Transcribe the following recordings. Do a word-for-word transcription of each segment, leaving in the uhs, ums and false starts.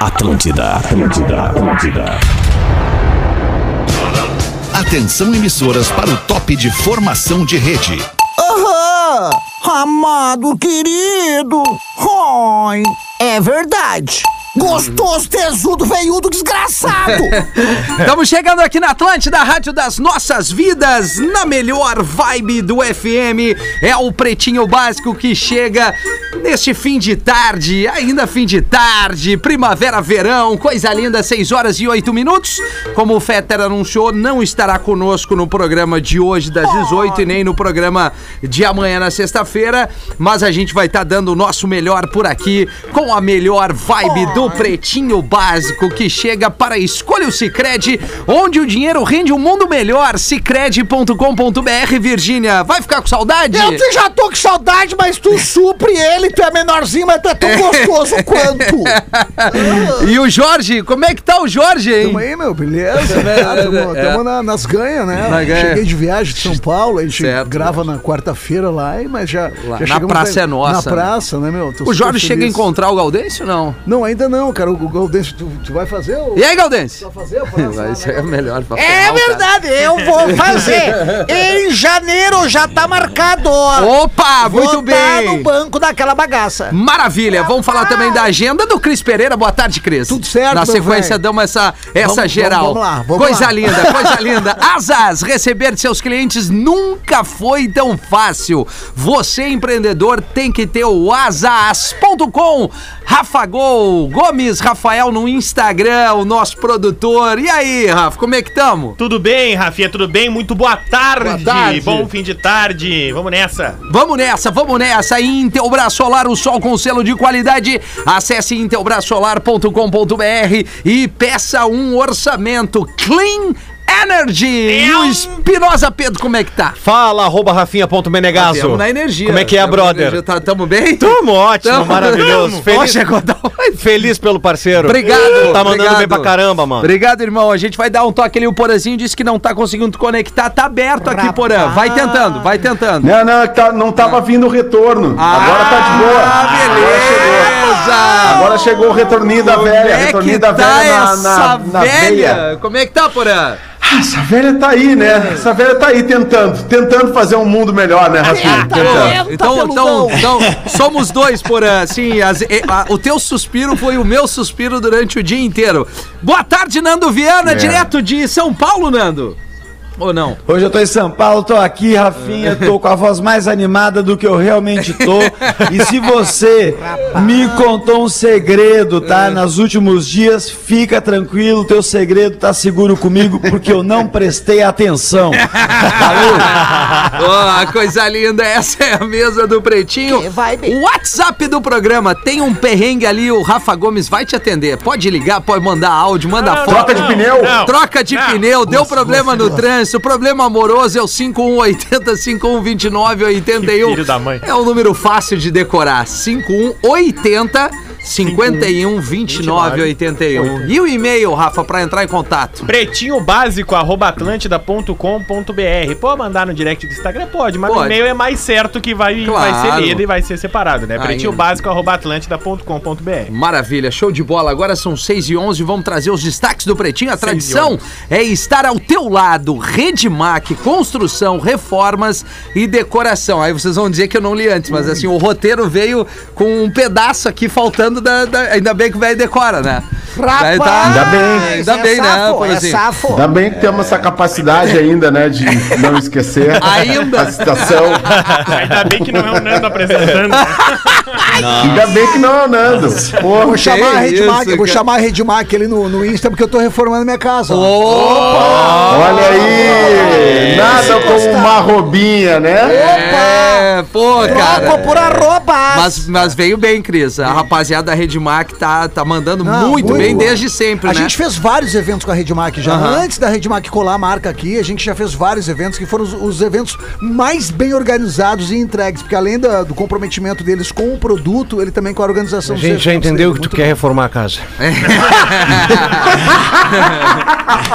Atlântida, Atlântida, Atlântida. Atenção, emissoras, para o top de formação de rede. Aham, amado querido. Oi, é verdade. Gostoso, tesudo, veiudo, desgraçado. Estamos chegando aqui na Atlântida, a rádio das nossas vidas, na melhor vibe do F M. É o Pretinho Básico que chega neste fim de tarde, ainda fim de tarde, primavera, verão, coisa linda, seis horas e oito minutos. Como o Fetter anunciou, não estará conosco no programa de hoje das dezoito e nem no programa de amanhã na sexta-feira, mas a gente vai estar tá dando o nosso melhor por aqui com a melhor vibe do Do Pretinho Básico que chega para Escolha o Sicredi, onde o dinheiro rende um mundo melhor. Sicredi ponto com ponto b r. Virgínia, vai ficar com saudade? Eu já tô com saudade, mas tu supre ele, tu é menorzinho, mas tu é tão gostoso quanto. E o Jorge, como é que tá o Jorge, hein? Tamo aí, meu, beleza, né? Tamo, é. tamo na, nas ganhas, né? Na ganha. Cheguei de viagem de São Paulo, a gente certo, grava na quarta-feira lá, mas já, lá, já na praça na, é nossa. Na praça, né, meu? Tô o Jorge chega a encontrar o Gaudêncio ou não? Não, ainda não, cara. O Gaudêncio, tu, tu vai fazer? Ou... E aí, Gaudêncio? Tu vai fazer? Vai Vai ser é melhor pra É ferrar, verdade, cara. eu vou fazer. Em janeiro já tá marcado. Opa, vou muito bem. Tá no banco daquela bagaça. Maravilha, vamos falar também da agenda do Cris Pereira. Boa tarde, Cris. Tudo certo, na meu sequência, véio. damos essa, essa vamos, geral. Vamos, vamos lá, vamos coisa lá. linda, coisa linda. Asas, receber de seus clientes nunca foi tão fácil. Você, empreendedor, tem que ter o asas ponto com. Rafa Gol, Gomes Rafael no Instagram, o nosso produtor. E aí, Rafa, como é que tamo? Tudo bem, Rafinha, tudo bem? Muito boa tarde. Boa tarde. Bom fim de tarde. Vamos nessa. Vamos nessa, vamos nessa. Intelbras Solar, o sol com selo de qualidade. Acesse intelbras solar ponto com ponto b r e peça um orçamento Clean Energy. E o Espinosa Pedro, como é que tá? Fala, arroba rafinha.menegaso. Tamo na energia. Como é que é, tamo brother? Tá, tamo bem? Tamo ótimo, Tamo, maravilhoso. tamo. Feliz, Ó, chegou, tá... feliz pelo parceiro. Obrigado. Tá mandando obrigado. bem pra caramba, mano. Obrigado, irmão. A gente vai dar um toque ali. O Porazinho disse que não tá conseguindo conectar. Tá aberto aqui, Porã. Vai tentando, vai tentando. Não, não, tá, não tava vindo o retorno. Ah, Agora tá de boa. Ah, beleza. Agora chegou o retorninho da Como velha. é Retorninho que da tá velha na, essa na, na velha? veia. Como é que tá, Porã? Ah, essa velha tá aí, né? Essa velha tá aí tentando. Tentando fazer um mundo melhor, né, Rafinha? Tentando. Então, então, então, somos dois, Porã. Assim, as, e, a, o teu suspiro foi o meu suspiro durante o dia inteiro. Boa tarde, Nando Viana, É. direto de São Paulo, Nando. Ou não? Hoje eu tô em São Paulo, tô aqui, Rafinha, tô com a voz mais animada do que eu realmente tô. E se você me contou um segredo, tá? Nos últimos dias, fica tranquilo, teu segredo tá seguro comigo, porque eu não prestei atenção. Oh, coisa linda, essa é a mesa do Pretinho. Que vibe. O WhatsApp do programa tem um perrengue ali, o Rafa Gomes vai te atender. Pode ligar, pode mandar áudio, manda foto. Troca de pneu. Não. Troca de Não. pneu, deu problema no trânsito, problema amoroso é o cinco um oito zero, cinco um dois nove oito um. Filho da mãe. É um número fácil de decorar. cinco um oito zero, cinco um dois nove oito um. E o e-mail, Rafa, pra entrar em contato? Pretinho básico, arroba atlântida ponto com ponto b r. Pode mandar no direct do Instagram? Pode, mas Pode. no e-mail é mais certo que vai, Claro. vai ser lido e vai ser separado, né? Ainda. Pretinho básico, arroba atlântida ponto com ponto b r. Maravilha, show de bola. Agora são seis e onze, vamos trazer os destaques do Pretinho. A tradição é estar ao teu lado. Redmac, construção, reformas e decoração. Aí vocês vão dizer que eu não li antes, mas assim, o roteiro veio com um pedaço aqui faltando da... da- ainda bem que o velho decora, né? Rapaz, Daí tá- Ainda bem. Ainda é bem, né, safo, é Porazinho? safo. Ainda bem que temos essa capacidade ainda, né, de não esquecer Ainda. a citação. Ainda bem que não é o Nando apresentando. Né? Ainda bem que não é o Nando. Porra, Vou chamar a Redmac, isso, vou cara. chamar a Redmac ali no, no Insta, porque eu tô reformando minha casa. olha aí. Nada como uma roubinha, né? É, pô, cara. Troco por arroba. Mas, mas veio bem, Cris. A rapaziada da Redmac tá, tá mandando Não, muito, muito bem boa. desde sempre, A né? gente fez vários eventos com a Redmac já. Aham. Antes da Redmac colar a marca aqui, a gente já fez vários eventos que foram os, os eventos mais bem organizados e entregues. Porque além da- do comprometimento deles com o produto, ele também com a organização A dos gente já eventos entendeu dele. que tu Muito quer bom. reformar a casa.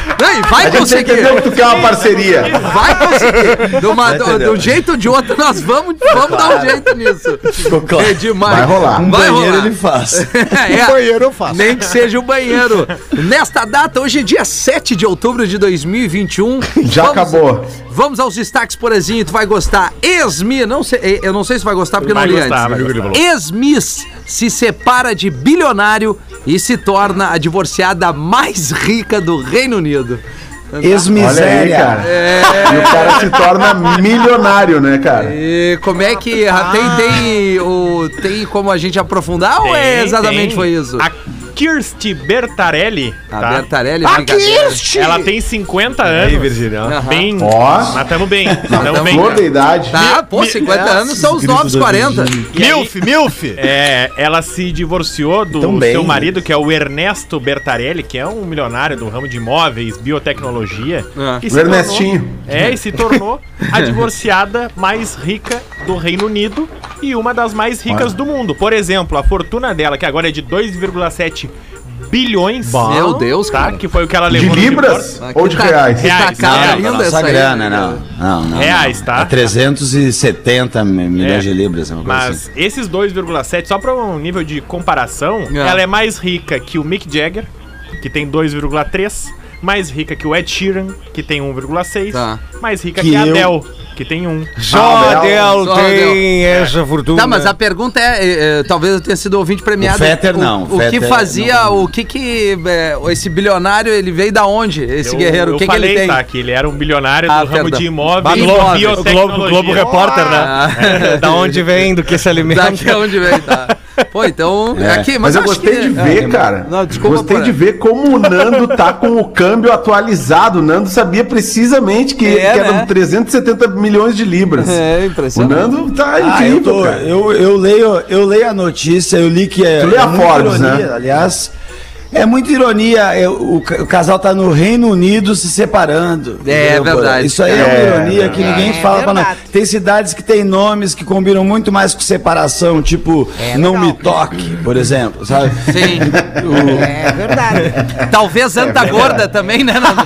Não, e vai A gente conseguir. entendeu que tu quer uma parceria. Vai conseguir. De, uma, do, de um jeito ou de outro, nós vamos, vamos dar um jeito nisso. É demais. Vai rolar. Um Vai banheiro rolar. ele faz. É, O banheiro eu faço. nem que seja o banheiro. Nesta data, hoje é dia sete de outubro de dois mil e vinte e um. Já acabou. Vamos aos destaques, Porazinho, tu vai gostar. Ex-Miss, não sei, eu não sei se vai gostar porque Vai não li gostar, vai antes. gostar. Ex-Miss se separa de bilionário e se torna a divorciada mais rica do Reino Unido. Olha aí, Ex-miséria. cara. E o cara se torna milionário, né, cara? E como é que tem, tem, o, tem como a gente aprofundar ou é Tem, exatamente tem. foi isso? A Kirsti Bertarelli. A tá? Bertarelli, A brincadeira. Kirsti! Ela tem cinquenta anos. Aí, Virgínia. Aham. Bem. Ó. Mas tamo bem. tamo Tamo bem. Flor da idade. Tá, pô, cinquenta anos são os novos quarenta. Milf, Milf. É, ela se divorciou do Tão bem. seu marido, que é o Ernesto Bertarelli, que é um milionário do ramo de imóveis, biotecnologia. Ah. E O se Ernestinho. tornou- é, e se tornou a divorciada mais rica do Reino Unido e uma das mais ricas do mundo. Por exemplo, a fortuna dela, que agora é de dois vírgula sete bilhões. Meu Deus, tá? cara. Que foi o que ela De levou no libras divórcio. ou de tá- reais? que tá Reais, cara reais. linda Nossa essa aí. grana, não. Não, não. Reais, não. tá? É trezentos e setenta milhões É. de libras, uma coisa Mas assim. esses dois vírgula sete, só para um nível de comparação, É. ela é mais rica que o Mick Jagger, que tem dois vírgula três, mais rica que o Ed Sheeran, que tem um vírgula seis, Tá. mais rica Que que, a eu- Adele, que tem um. Só Ah, Adele Só tem essa fortuna. Tá, mas a pergunta é, é, é, talvez eu tenha sido ouvinte premiado. O Fetter não, O, o o que Fetter fazia, não. o que que é, esse bilionário, ele veio da onde? Esse Eu- guerreiro, eu o que que falei, ele tem? tá, que ele era um bilionário Ah, do ramo perdão. de imóveis Bah, e Globo, o Globo, biotecnologia. Globo Repórter, né? Ah. É, da onde vem, do que se alimenta. Daqui é onde veio, tá? Pô, então, é. aqui, Mas, mas, eu acho gostei que- de ver, é, cara. Não, desculpa, gostei Porã. de ver como o Nando tá com o câmbio atualizado. O Nando sabia precisamente que, É, que né? eram trezentos e setenta milhões de libras. É, O impressionante. Nando tá Ah, eu, incrível, tô, cara. eu, eu, leio, eu leio a notícia, eu li que é. Tu lê a é muita Forbes, ironia, né? aliás. É muita ironia, é, o, ca- o casal tá no Reino Unido se separando. É, entendeu, verdade. Porã? Isso aí é, É, uma ironia que ninguém fala pra nós. verdade. Tem cidades que tem nomes que combinam muito mais com separação, tipo Não Me Toque, por exemplo, sabe? Sim. O- É verdade. Talvez Anta Gorda também, né? Nando?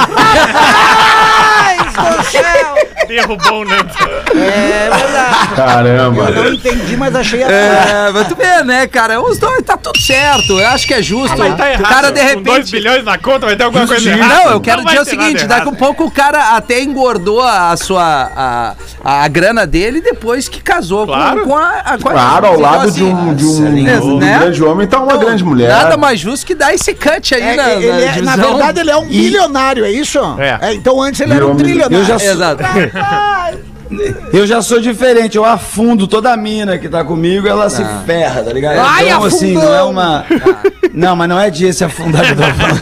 Ai, do céu! Derrubou o Nando. É verdade. Caramba. Eu não entendi, mas achei a É, mas tu vê, né, cara? Os dois tá tudo certo. Eu acho que é justo. Mas tá errado. O cara, de Com dois repente. bilhões na conta vai ter alguma coisa Não, errada. eu quero Não vai dizer o ter seguinte, nada daqui a errado. pouco o cara até engordou a sua a, a grana dele depois que casou Claro. com, com a, a com a- Claro, ao então, lado assim, de um, de um, é, de um né? grande homem tá uma Então, grande mulher. Nada mais justo que dar esse cut aí É, na, ele na é- na divisão. verdade, ele é um bilionário, é isso? É. Então antes ele era um Virou trilionário. Eu já sou- Exato. Eu já sou diferente, eu afundo toda a mina que tá comigo, ela se ferra, tá ligado? Ai, então, assim, não é afundou! uma. Não, mas não é de esse afundar que eu tô falando.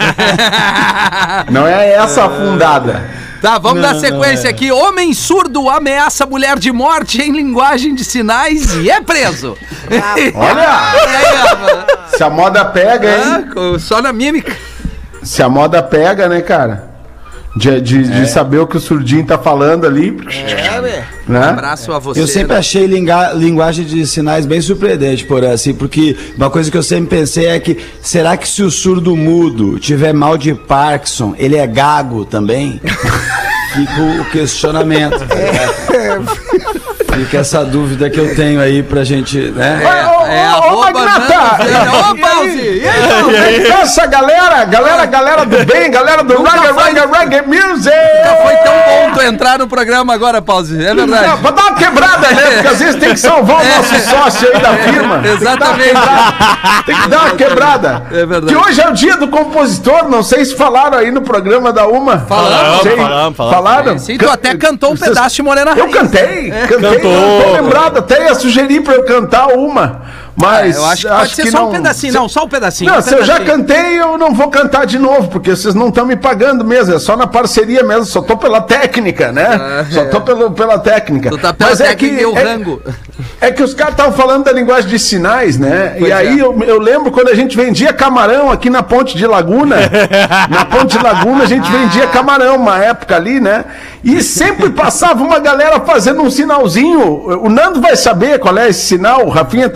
Não é essa afundada. Tá, vamos Não, dar sequência não é. aqui. Homem surdo ameaça mulher de morte em linguagem de sinais e é preso. Olha, E aí, Rafa? se a moda pega, hein? Ah, com- só na mímica. Se a moda pega, né, cara? De, de, de saber o que o surdinho tá falando ali. Né? Abraço a você. Eu sempre achei linga- linguagem de sinais bem surpreendente, por assim, porque uma coisa que eu sempre pensei é que será que se o surdo mudo tiver mal de Parkinson, ele é gago também? Fica o questionamento. tá ligado? Fica essa dúvida que eu tenho aí pra gente, né? É, é ô, ô, arroba Magnata! Nando Viana. Ô, E Pause! aí? E aí, Pause? E aí, essa galera, galera, galera do bem, galera do Nunca reggae, foi- reggae, reggae music! Foi tão bom tu entrar no programa agora, Pause. É Não, verdade. pra dar uma quebrada, né? Porque às vezes tem que salvar o nosso sócio aí da firma. Exatamente. Tem que dar uma quebrada. É verdade. Que hoje é o dia do compositor, não sei se falaram aí no programa da Uma. Falamos, Sei. falamos, falamos. Falaram? Sim, tu até cantou um Vocês- pedaço de Morena Eu Raiz. cantei, cantei, Cantou. não tô lembrado, até ia sugerir pra eu cantar uma, mas É, eu acho que pode ser só um pedacinho. Não, só um pedacinho. Não, um se eu já pedacinho. cantei, eu não vou cantar de novo, porque vocês não estão me pagando mesmo, é só na parceria mesmo, só tô pela técnica, né? Ah, só tô pelo, pela técnica. Tu tá pela Mas é técnica que e meu é- rango. É que os caras estavam falando da linguagem de sinais, né? Pois e aí é. eu, eu lembro quando a gente vendia camarão aqui na Ponte de Laguna. Na Ponte de Laguna a gente vendia camarão uma época ali, né? E sempre passava uma galera fazendo um sinalzinho. O Nando vai saber qual é esse sinal, o Rafinha também.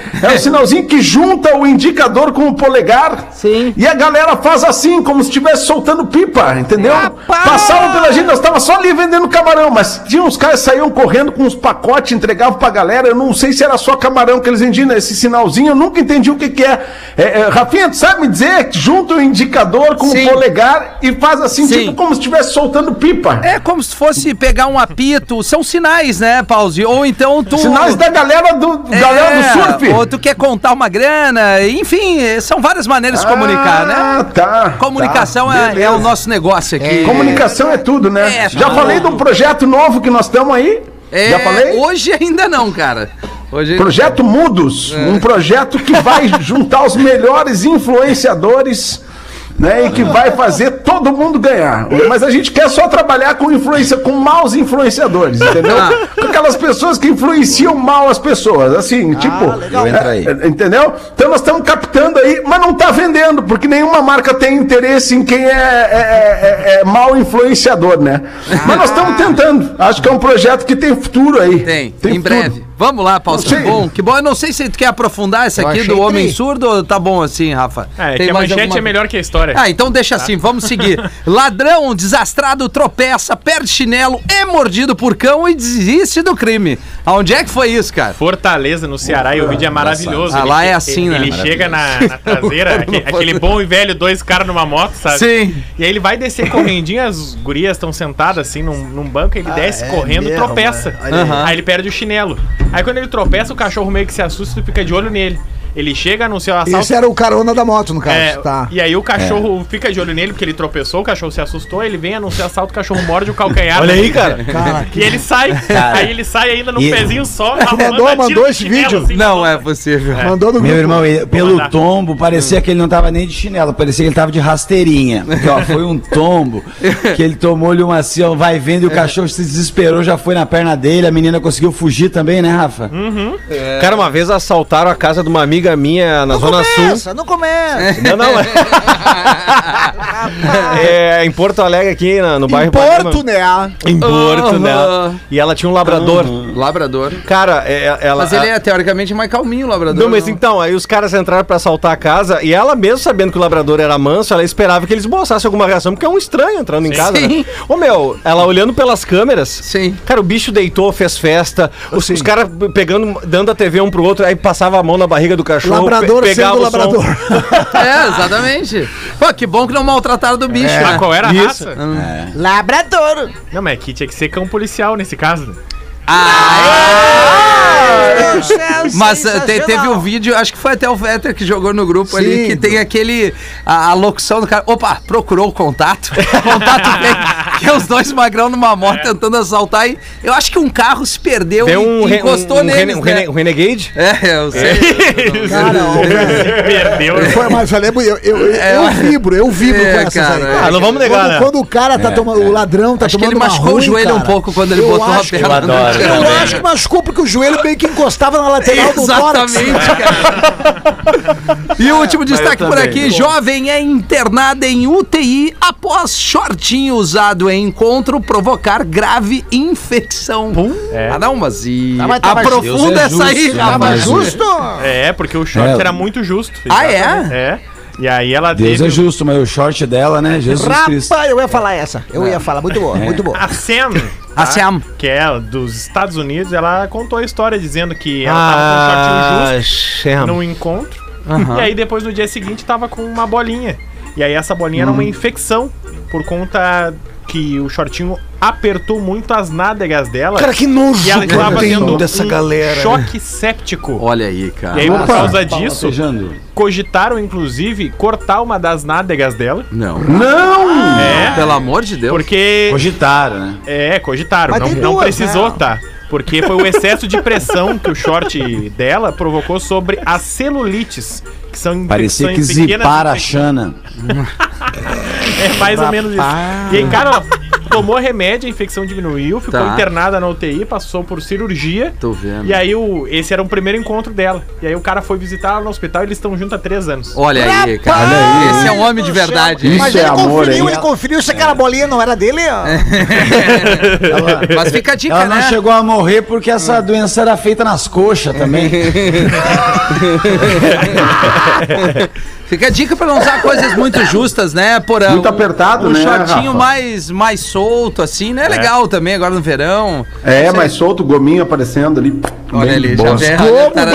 É o sinalzinho que junta o indicador com o polegar. Sim. E a galera faz assim, como se estivesse soltando pipa, entendeu? Rapaz! Passavam pela gente, nós tava só ali vendendo camarão, mas tinha uns caras que saíam correndo com uns pacotes, entregavam pra galera. Eu não sei se era só camarão que eles vendiam, né? Esse sinalzinho, eu nunca entendi o que que é. é, é Rafinha, tu sabe me dizer que junta o indicador com Sim. o polegar e faz assim, Sim. tipo como se estivesse soltando pipa. É como se fosse pegar um apito. São sinais, né, Pause? Ou então tu... Sinais da galera do, É, galera do surf. ou tu quer contar uma grana. Enfim, são várias maneiras de comunicar, né? Ah, tá. Comunicação tá, é, beleza. é o nosso negócio aqui. Comunicação é tudo, né? É, Já tá falei de um projeto novo que nós estamos aí. É, Já falei? hoje ainda não, cara. Hoje... Projeto Mudos, um projeto que vai juntar os melhores influenciadores, né, e que vai fazer todo mundo ganhar. Mas a gente quer só trabalhar com influência, com maus influenciadores, entendeu? Ah. Com aquelas pessoas que influenciam mal as pessoas, assim, tipo, Eu entro aí. é, é, entendeu? Então nós estamos captando aí, mas não tá vendendo, porque nenhuma marca tem interesse em quem é, é, é, é mau influenciador, né? Mas nós estamos tentando. Acho que é um projeto que tem futuro aí. Tem, em futuro. breve. Vamos lá, Paulo. Que Não sei. bom, que bom. Eu não sei se tu quer aprofundar essa Eu aqui achei do Homem tri. Surdo ou tá bom assim, Rafa? É, Tem que a mais manchete alguma- é melhor que a história. Ah, então deixa assim, vamos seguir. Ladrão desastrado tropeça, perde chinelo, é mordido por cão e desiste do crime. Aonde é que foi isso, cara? Fortaleza, no Ceará, e o vídeo é maravilhoso. Ah, Ele lá é che- assim, né? Ele chega na, na traseira, aque- aquele bom e velho, dois caras numa moto, sabe? Sim. E aí ele vai descer correndinho, as gurias estão sentadas assim num, num banco, ele desce correndo e mesmo, tropeça. né? Olha aí. Aí ele perde o chinelo. Aí quando ele tropeça, o cachorro meio que se assusta e fica de olho nele. Ele chega, anuncia o assalto. Esse era o carona da moto, no caso. É, Tá. E aí o cachorro fica de olho nele, porque ele tropeçou, o cachorro se assustou, ele vem anunciar assalto, o cachorro morde o calcanhar. Olha aí, cara. Cara, E ele sai, aí ele sai ainda no E- pezinho só. mandou- arrumando a tira mandou do esse chinelo, vídeo? assim, Não na é mão. possível. mandou no Meu grupo. irmão, ele- pelo mandar. tombo, parecia que ele não tava nem de chinelo, parecia que ele tava de rasteirinha. Porque, ó, foi um tombo que ele tomou-lhe uma assim, ó, vai vendo e o cachorro se desesperou, já foi na perna dele, a menina conseguiu fugir também, né, Rafa? Cara, uma vez assaltaram a casa de uma amiga minha na Zona Sul. Começa, não começa. Não, não. É, em Porto Alegre, aqui na- no bairro Porto, né? Em Porto, né? Aham. E ela tinha um labrador. Labrador. Cara, é, ela. Mas ele é teoricamente mais calminho, o labrador. Não, mas então, aí os caras entraram pra assaltar a casa e ela, mesmo sabendo que o labrador era manso, ela esperava que eles mostrassem alguma reação, porque é um estranho entrando em casa, Sim. né? Ô, meu, ela olhando pelas câmeras. Sim. Cara, o bicho deitou, fez festa, os, os caras pegando, dando a T V um pro outro, aí passava a mão na barriga do cachorro, Labrador pe- pegava sendo o som. labrador. É, exatamente. Pô, que bom que não maltrataram do bicho, Mas né? qual era a Isso. raça? Labrador. Não, mas aqui tinha que ser cão policial nesse caso. né? Mas eh, te- teve um vídeo, acho que foi até o Vetter que jogou no grupo ali, Sim. que tem aquele. A, a locução do cara. Opa, procurou o contato. O contato vem, que é os dois magrão numa moto tentando assaltar. E eu acho que um carro se perdeu Tem e um, e re- encostou um, um, neles. rene- um, né? rene- um Renegade? É, eu sei. Cara, ó, velho, Perdeu. foi, mas eu lembro, eu, eu, eu, É, eu vibro, eu vibro é, com essas cara, aí. é. Ah, não vamos negar, Quando, né? quando o cara tá tomando, o ladrão tá Acho que tomando ele uma machucou o ruim, joelho cara, um pouco quando ele eu botou a acho que- perna. eu adoro. Eu também. acho que machucou porque o joelho meio que encostava na lateral do tórax. Exatamente, cara. E o último destaque por também. aqui: jovem é internada em U T I após shortinho usado em encontro provocar grave infecção. É. Ah, não, mas e. Tá, mas tava aprofunda Deus é essa aí, justo, né? rapaz. Tava Mas- justo? É, porque o short É. era muito justo. Ah, é? Exatamente. É. E aí ela Deus teve é justo, mas o short dela, né? Jesus Cristo. Rapaz, eu ia falar essa. Eu ia falar. Muito boa, muito boa. a Sam, A Sam. que é dos Estados Unidos, ela contou a história dizendo que ela tava com um shortinho justo Sam. num encontro. E aí depois no dia seguinte tava com uma bolinha. E aí essa bolinha era uma infecção por conta que o shortinho apertou muito as nádegas dela. Cara, que nojo e ela que eu estava tenho tendo dessa um galera. choque séptico. Olha aí, cara. E aí por causa disso, Latejando. cogitaram inclusive cortar uma das nádegas dela. Não. Não! É, Pelo amor de Deus. porque Cogitaram, né? É, cogitaram. Mas Não, tem não duas, precisou, né? tá? Porque foi o excesso de pressão que o short dela provocou sobre as celulites, que são Parecia que infecções pequenas zipara a infecções. Xana. É mais ou menos isso. E aí, cara, ela tomou remédio, a infecção diminuiu, ficou Tá. internada na U T I, passou por cirurgia. Tô vendo. E aí o, esse era o primeiro encontro dela. E aí o cara foi visitar ela no hospital e eles estão juntos há três anos. Olha aí, cara. Olha aí. Esse é um homem de verdade. Isso Mas é ele amor, conferiu, hein? ele conferiu se aquela bolinha não era dele, ó. Mas fica a dica, Ela não né? chegou a morrer porque essa doença era feita nas coxas também. Fica a dica pra não usar coisas muito justas, né? Por Muito um, apertado, um né, shortinho Rafa? mais, mais solto, assim, né? É legal também agora no verão. É, Não sei. mais solto, o gominho aparecendo ali. Olha bem ali, de já boa. vê. olha, tá-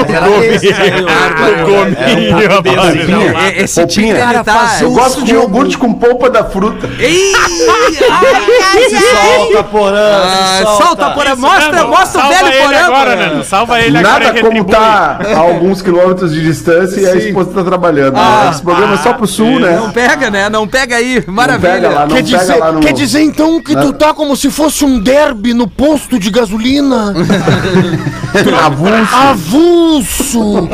Gominho. E- Esse Polpinha. tigre, ele tá... Eu gosto de iogurte com polpa da fruta. Ih, ai, Se solta, Porã, ah, se solta, Porã, mostra, Nando, mostra o salva velho ele Porã. agora, Porã. Nando. Salva ele agora Nada e como retribui. tá a alguns quilômetros de distância e a esposa tá trabalhando. Ah, né? Esse programa é só pro sul, né? Não pega, né? Não pega aí, Não maravilha. pega lá, não Quer pega dizer, lá no... quer dizer então que tu tá como se fosse um derby no posto de gasolina? avulso. Avulso!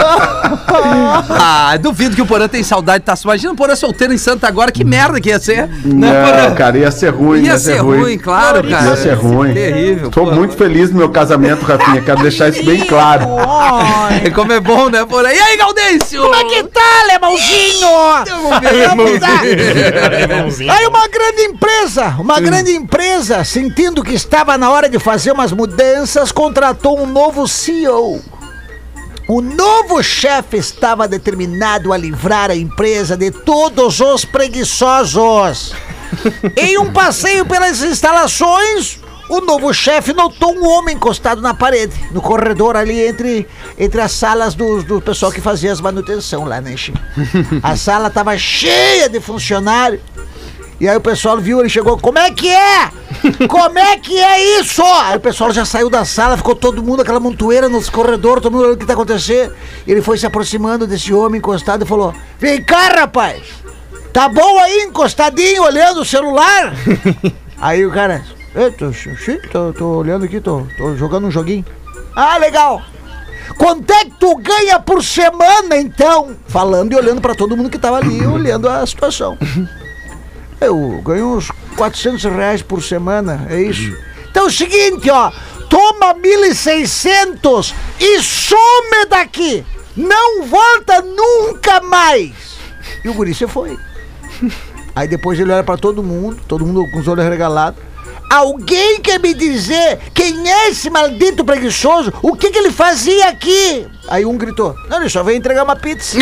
Ah, duvido que o Porã tem saudade, tá? Imagina o Porã solteiro em Santa agora, que merda que ia ser. Né, Não, Porã? cara, ia ser ruim, Ia ser ruim, claro, cara. Ia ser ruim. Terrível. Tô pô. muito feliz no meu casamento, Rafinha. Quero deixar isso bem claro. É como é bom, né, Porã? E aí, Gaudêncio? Como é que tá, alemãozinho? Vamos ver. Vamos dar. Aí uma grande empresa, uma grande empresa, sentindo que estava na hora de fazer umas mudanças, contratou um novo C E O. O novo chefe estava determinado a livrar a empresa de todos os preguiçosos. Em um passeio pelas instalações, o novo chefe notou um homem encostado na parede, no corredor ali entre, entre as salas do, do pessoal que fazia as manutenção lá, né, Chico? A sala estava cheia de funcionários. E aí o pessoal viu, ele chegou, como é que é? Como é que é isso? Aí o pessoal já saiu da sala, ficou todo mundo, aquela montoeira nos corredores, todo mundo olhando o que tá acontecendo. Ele foi se aproximando desse homem encostado e falou, vem cá, rapaz, tá bom aí, encostadinho, olhando o celular? Aí o cara, eu tô, tô, tô olhando aqui, tô, tô jogando um joguinho. Ah, legal. Quanto é que tu ganha por semana, então? Falando e olhando pra todo mundo que tava ali, olhando a situação. Eu ganho uns quatrocentos reais por semana, é isso? Então é o seguinte, ó, toma mil e seiscentos e some daqui! Não volta nunca mais! E o guri se foi. Aí depois ele olha pra todo mundo, todo mundo com os olhos regalados. Alguém quer me dizer quem é esse maldito preguiçoso? O que que ele fazia aqui? Aí um gritou, não, ele só veio entregar uma pizza.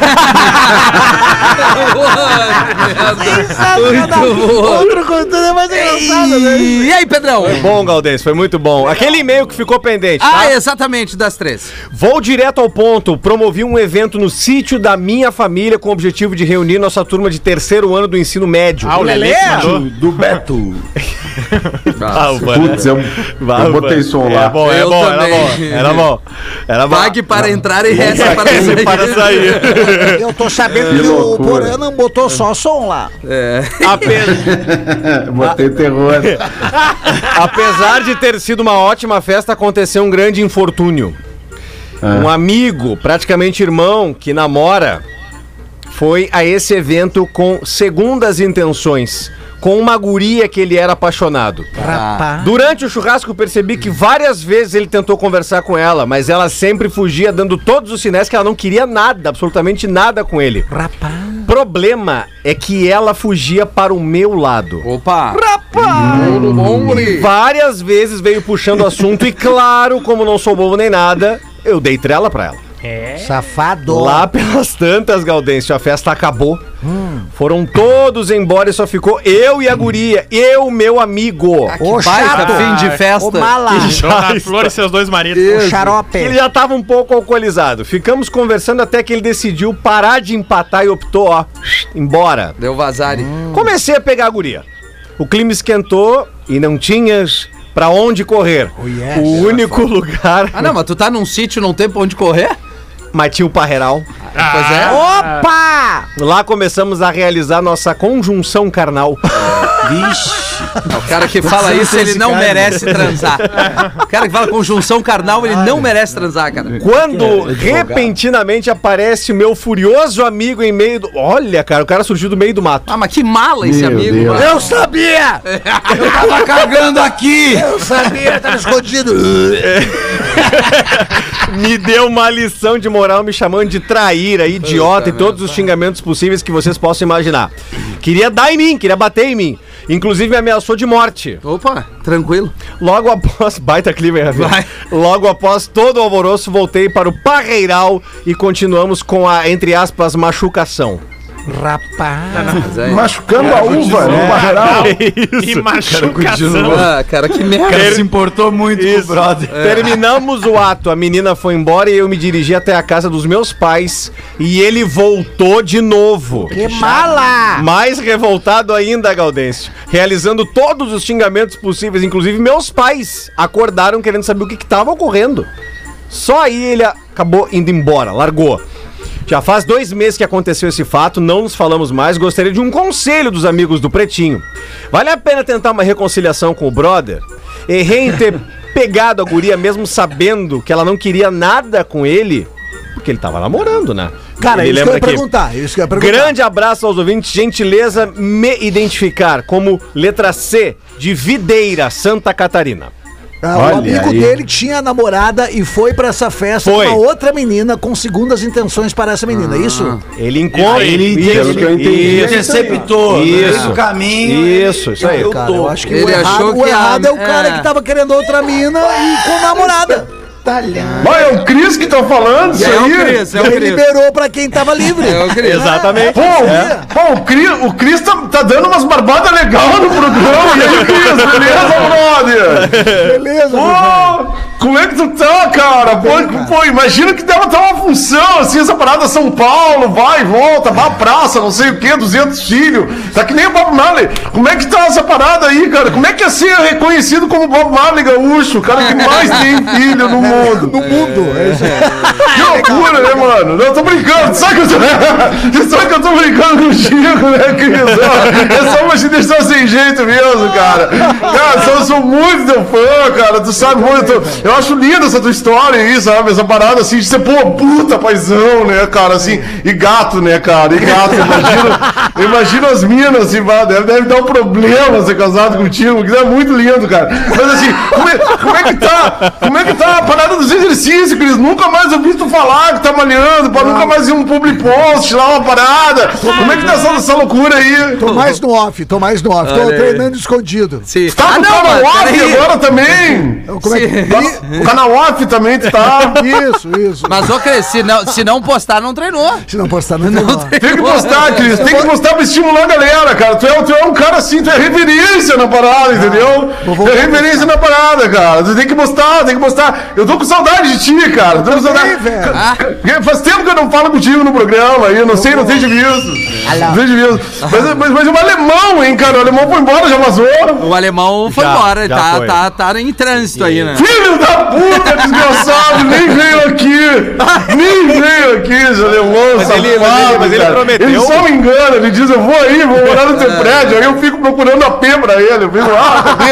Muito boa. Outro contando é mais engraçado, né? E aí, Pedrão? Foi bom, Galdês, foi muito bom. Aquele e-mail que ficou pendente, tá? Ah, exatamente, das três. Vou direto ao ponto. Promovi um evento no sítio da minha família com o objetivo de reunir nossa turma de terceiro ano do ensino médio. Ah, o Lelê que mandou. Do Beto. Ah, o Putz, eu, Vai, eu botei vai. som É lá. bom, é Eu bom, era também. bom. Era bom. Era bom. Pague para entrar e reza para Pague sair. para sair. Eu tô sabendo Que que, o loucura. Porã não botou só som lá. É. Ape- Botei terror. Apesar de ter sido uma ótima festa, aconteceu um grande infortúnio. Um amigo, praticamente irmão, que namora, foi a esse evento com segundas intenções, com uma guria que ele era apaixonado. Rapaz. Durante o churrasco eu percebi que várias vezes ele tentou conversar com ela, mas ela sempre fugia, dando todos os sinais que ela não queria nada, absolutamente nada com ele. Rapaz. Problema é que ela fugia para o meu lado. Opa. E várias vezes veio puxando o assunto e claro, como não sou bobo nem nada, eu dei trela pra ela. Safado. Lá pelas tantas, Gaudêncio, a festa acabou. Foram todos embora e só ficou eu e a guria, eu, meu amigo. Ô, Baita chato. fim de festa. Ô, mala. Dona Flor e seus dois maridos. Ô, xarope. Ele já tava um pouco alcoolizado. Ficamos conversando até que ele decidiu parar de empatar e optou, ó, embora. Deu vazar. Comecei a pegar a guria. O clima esquentou e não tinhas pra onde correr. yes. O único lugar... Ah, não, mas tu tá num sítio, não tem pra onde correr? Mas tinha o Parreiral. Pois é. Opa! Lá começamos a realizar nossa conjunção carnal. Vixe. O cara que fala isso, ele não merece transar. O cara que fala conjunção carnal, ele não merece transar, cara. Quando repentinamente aparece o meu furioso amigo em meio do... Olha, cara, o cara surgiu do meio do mato. Ah, mas que mala esse Meu amigo, Deus. mano. Eu sabia! Eu tava cagando aqui. Eu sabia, tava escondido. Me deu uma lição de moral me chamando de traíra, idiota e todos os xingamentos possíveis que vocês possam imaginar. Queria dar em mim, queria bater em mim. Inclusive me ameaçou de morte. Opa, tranquilo. Logo após... Baita clima, hein, Rafinha? Vai. Logo após todo o alvoroço, voltei para o Parreiral e continuamos com a, entre aspas, machucação. Rapaz. Machucando a uva no barreiral. E machucação. Ah, cara, que merda. O cara se importou muito com o brother. Terminamos o ato, a menina foi embora e eu me dirigi até a casa dos meus pais e ele voltou de novo. Que mala! Mais revoltado ainda, Gaudêncio. Realizando todos os xingamentos possíveis, inclusive meus pais acordaram querendo saber o que estava ocorrendo. Só aí ele acabou indo embora, largou. Já faz dois meses que aconteceu esse fato, não nos falamos mais. Gostaria de um conselho dos amigos do Pretinho. Vale a pena tentar uma reconciliação com o brother? Errei em ter pegado a guria mesmo sabendo que ela não queria nada com ele, porque ele tava namorando, né? Cara, Ele isso que eu ia lembra que- perguntar. Isso que eu ia perguntar. Grande abraço aos ouvintes, gentileza me identificar como letra C de Videira, Santa Catarina. Ah, o Olha amigo aí. dele tinha namorada e foi pra essa festa Foi. com uma outra menina com segundas intenções para essa menina, é isso? Ele encontra... Ele Pelo que eu entendi. Isso. interceptou. Isso. No caminho. Isso, isso aí. Eu Cara, tô. eu acho que Ele o errado, achou o que errado a- é o cara é. que tava querendo outra mina e com namorada. Mas é o Cris que tá falando isso É o aí? Cris, é o Ele Cris. liberou pra quem tava livre. É o Cris. Exatamente. Pô, pô, o Cris, o Cris tá, tá dando umas barbadas legais no programa. E aí, Cris, beleza, brother? Beleza, meu velho. Pô, como é que tu tá, cara? Pô, pô, imagina que deve ter uma função, assim, essa parada São Paulo, vai e volta, vai à praça, não sei o quê, duzentos filhos. Tá que nem o Bob Marley. Como é que tá essa parada aí, cara? Como é que é ser reconhecido como Bob Marley gaúcho, o cara que mais tem filho no mundo? No mundo. É isso. Que loucura, né, mano? Não, eu tô brincando. Tu sabe que eu tô, tu sabe que eu tô brincando contigo, né, Cris? É só pra te deixar sem jeito mesmo, cara. Cara, eu sou muito teu fã, cara. Tu sabe muito. Eu acho linda essa tua história aí, sabe? Essa parada assim de ser, pô, puta paizão, né, cara? Assim, e gato, né, cara? E gato. Imagina, imagina as minas, assim, pá, deve, deve dar um problema ser casado contigo, que é muito lindo, cara. Mas assim, como é, como é que tá? Como é que tá a parada dos exercícios, Cris? Nunca mais ouvi tu falar que tá malhando, pra nunca mais ir um public post lá, uma parada. Como é que tá essa, essa loucura aí? Tô mais no off, tô mais no off. Tô Olha aí. treinando escondido. Sim. Tá Ah, no não, canal mas off peraí. agora também? Como é que... Tá- O canal off também tu tá. Isso, isso. Mas, ô, Cris, se não, se não postar, não treinou. Se não postar, não, não. Tem que postar, Cris. Tem que postar pra estimular a galera, cara. Tu é, tu é um cara assim, tu é referência na parada, entendeu? Tu é referência na parada, cara. Tu tem que postar, tem que postar. Eu tô com saudade de ti, cara. Tô com saudade. velho. Ca- Faz tempo que eu não falo contigo no programa aí. Eu não sei, não tenho visto. Não tenho visto. Mas, mas, mas o alemão, hein, cara. O alemão foi embora, já vazou. O alemão foi Já, embora, já tá, foi. tá, tá em trânsito aí, né? Filho da puta, desgraçado, nem veio aqui. Nem veio aqui, esse alemão, Mas ele- safado, mas ele- mas ele cara. prometeu. Ele só me engana, ele diz, eu vou aí, vou morar no teu prédio. Aí eu fico procurando a P pra ele. Eu fico, ah, cadê?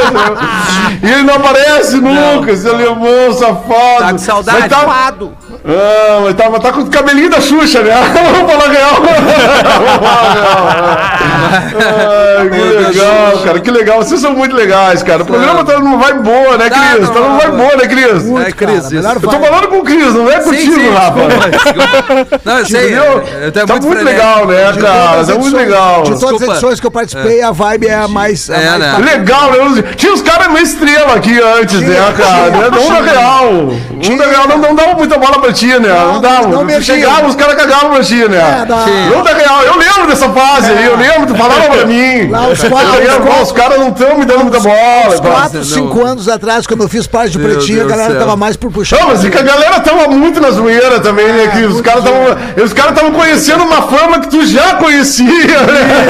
E ele não aparece nunca, esse alemão safado. Tá com saudade. Mas tá, ah, mas tá, mas tá com o cabelinho da Xuxa, né? Vamos falar real. Vamos falar real. Ai, que legal, cara, que legal. Vocês são muito legais, cara. O programa tá numa vibe boa, né, Tá, Cris? não, Tá numa vibe não. boa, né, Cris? É, Cris, isso. melhor Eu tô falando com o Cris, não é contigo, sim. Rafa. Não, eu sei. Entendeu? Eu tô Tá muito frenético. legal, né, cara? Tá muito legal. De todas Desculpa. as edições que eu participei, a vibe é a mais. a É, mais né? bacana. Legal, né? Tinha os caras meio estrela aqui antes, né, cara? Né? Não da real. Um da real não, não dava muita bola pra ti, né? Não, Não, dava. não mexia. Chegava, os caras cagavam pra ti, né? É, da- Não da real. Eu lembro dessa fase aí, eu lembro, tu falava pra mim. Lá os quatro- Eu lembro, os quatro- os caras não estão me dando muita bola. Uns pá. quatro, não. cinco anos atrás, quando eu fiz parte do Meu Pretinho, Deus a galera do céu. tava mais por puxar. Não, mas é que a galera tava muito na zoeira também, né? Que os caras estavam os caras estavam conhecendo uma fama que tu já conhecia, né?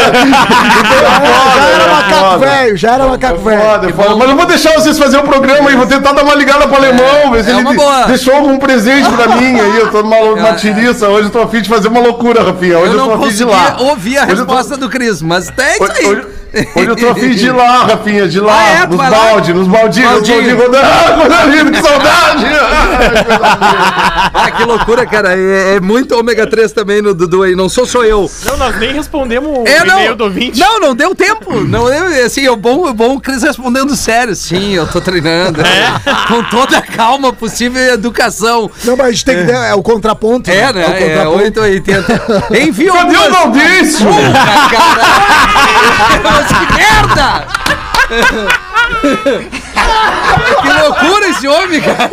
Já era macaco velho, já era macaco velho. Foda, foda. Mas eu vou deixar vocês fazerem o programa aí, vou tentar dar uma ligada pro alemão, ver se É ele uma boa. deixou algum presente pra mim aí. Eu tô numa, uma tiriça, hoje eu tô afim de fazer uma loucura, Rafinha. Hoje Eu eu, tô não afim de ir conseguia lá. ouvir a Hoje eu tô- resposta do Cris, mas é isso Hoje, aí. hoje- Hoje eu tô a fim de ir lá, Rafinha, de lá, Ah, é? Tu nos vai lá? balde, nos baldinhos, nos Baldinho. baldinhos rodando. Ah, coisa linda, que saudade! Ah, que loucura, cara. É, é muito ômega três também no Dudu aí. Não sou só eu. Não, nós nem respondemos o É, não. e-mail do ouvinte. Não, não deu tempo. Não deu, assim, é bom, é bom o Cris respondendo sério. Sim, eu tô treinando. Com toda a calma possível e educação. Não, mas a gente tem que ter é, o contraponto. É, O né? É, contraponto. oito ou oitenta. Envia Cadê o Maurício? Porra, cara! Mas que merda! Que loucura esse homem, cara!